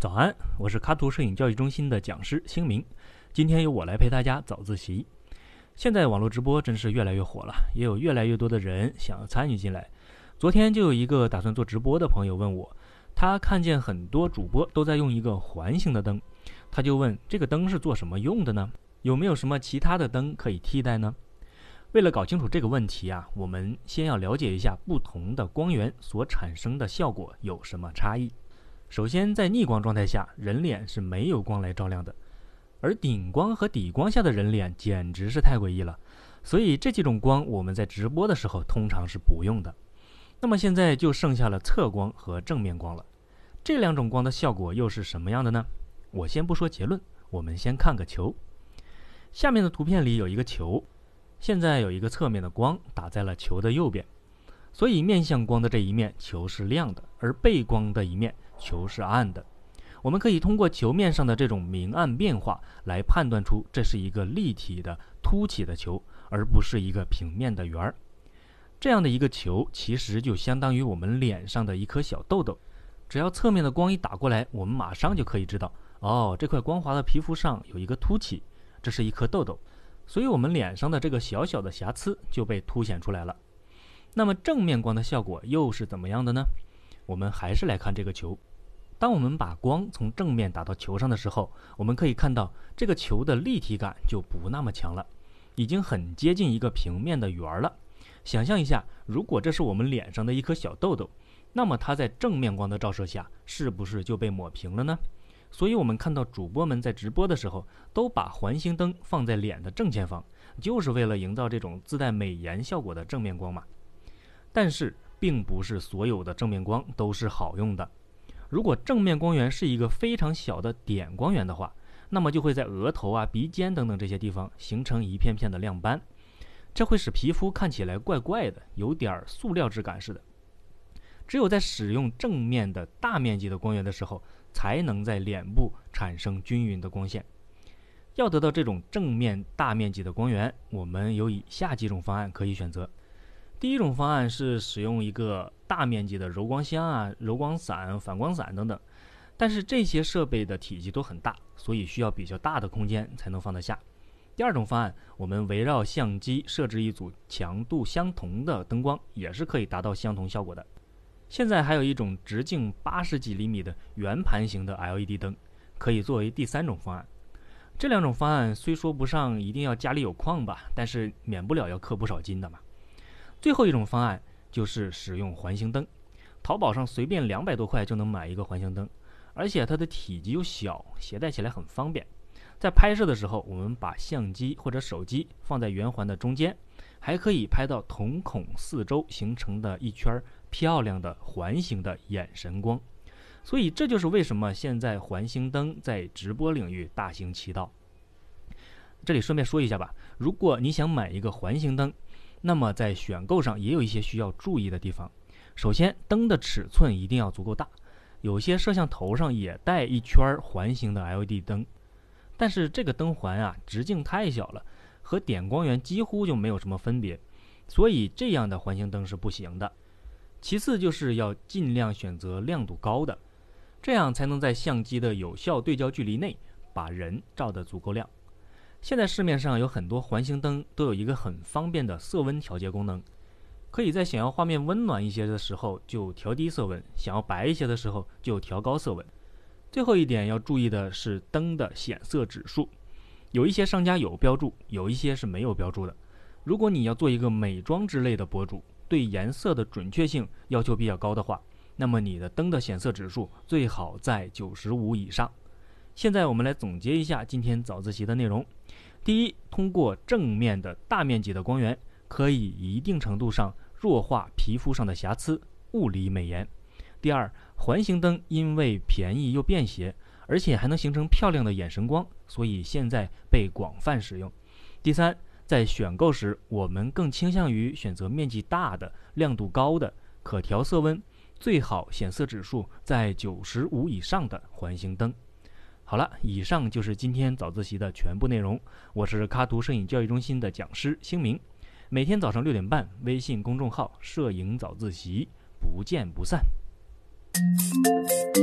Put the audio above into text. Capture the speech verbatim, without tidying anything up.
早安，我是卡图摄影教育中心的讲师星明，今天由我来陪大家早自习。现在网络直播真是越来越火了，也有越来越多的人想参与进来。昨天就有一个打算做直播的朋友问我，他看见很多主播都在用一个环形的灯，他就问这个灯是做什么用的呢？有没有什么其他的灯可以替代呢？为了搞清楚这个问题啊，我们先要了解一下不同的光源所产生的效果有什么差异。首先，在逆光状态下，人脸是没有光来照亮的，而顶光和底光下的人脸简直是太诡异了，所以这几种光我们在直播的时候通常是不用的。那么现在就剩下了侧光和正面光了，这两种光的效果又是什么样的呢？我先不说结论，我们先看个球。下面的图片里有一个球，现在有一个侧面的光打在了球的右边，所以面向光的这一面球是亮的，而背光的一面球是暗的。我们可以通过球面上的这种明暗变化来判断出这是一个立体的凸起的球，而不是一个平面的圆儿。这样的一个球其实就相当于我们脸上的一颗小痘痘，只要侧面的光一打过来，我们马上就可以知道，哦，这块光滑的皮肤上有一个凸起，这是一颗痘痘，所以我们脸上的这个小小的瑕疵就被凸显出来了。那么正面光的效果又是怎么样的呢？我们还是来看这个球。当我们把光从正面打到球上的时候，我们可以看到这个球的立体感就不那么强了，已经很接近一个平面的圆了。想象一下，如果这是我们脸上的一颗小痘痘，那么它在正面光的照射下是不是就被抹平了呢？所以我们看到主播们在直播的时候都把环形灯放在脸的正前方，就是为了营造这种自带美颜效果的正面光嘛。但是并不是所有的正面光都是好用的。如果正面光源是一个非常小的点光源的话，那么就会在额头啊、鼻尖等等这些地方形成一片片的亮斑，这会使皮肤看起来怪怪的，有点塑料质感似的。只有在使用正面的大面积的光源的时候，才能在脸部产生均匀的光线。要得到这种正面大面积的光源，我们有以下几种方案可以选择。第一种方案是使用一个大面积的柔光箱啊、柔光伞、反光伞等等，但是这些设备的体积都很大，所以需要比较大的空间才能放得下。第二种方案，我们围绕相机设置一组强度相同的灯光，也是可以达到相同效果的。现在还有一种直径八十几厘米的圆盘形的 L E D 灯，可以作为第三种方案。这两种方案虽说不上一定要家里有矿吧，但是免不了要氪不少金的嘛。最后一种方案就是使用环形灯，淘宝上随便两百多块就能买一个环形灯，而且它的体积又小，携带起来很方便。在拍摄的时候，我们把相机或者手机放在圆环的中间，还可以拍到瞳孔四周形成的一圈漂亮的环形的眼神光。所以这就是为什么现在环形灯在直播领域大行其道。这里顺便说一下吧，如果你想买一个环形灯，那么在选购上也有一些需要注意的地方。首先，灯的尺寸一定要足够大，有些摄像头上也带一圈环形的 L E D 灯，但是这个灯环啊直径太小了，和点光源几乎就没有什么分别，所以这样的环形灯是不行的。其次就是要尽量选择亮度高的，这样才能在相机的有效对焦距离内把人照得足够亮。现在市面上有很多环形灯都有一个很方便的色温调节功能，可以在想要画面温暖一些的时候就调低色温，想要白一些的时候就调高色温。最后一点要注意的是灯的显色指数，有一些商家有标注，有一些是没有标注的。如果你要做一个美妆之类的博主，对颜色的准确性要求比较高的话，那么你的灯的显色指数最好在九十五以上。现在我们来总结一下今天早自习的内容。第一，通过正面的大面积的光源，可以一定程度上弱化皮肤上的瑕疵，物理美颜。第二，环形灯因为便宜又便携，而且还能形成漂亮的眼神光，所以现在被广泛使用。第三，在选购时，我们更倾向于选择面积大的、亮度高的、可调色温，最好显色指数在九十五以上的环形灯。好了，以上就是今天早自习的全部内容。我是卡图摄影教育中心的讲师星明，每天早上六点半，微信公众号摄影早自习，不见不散。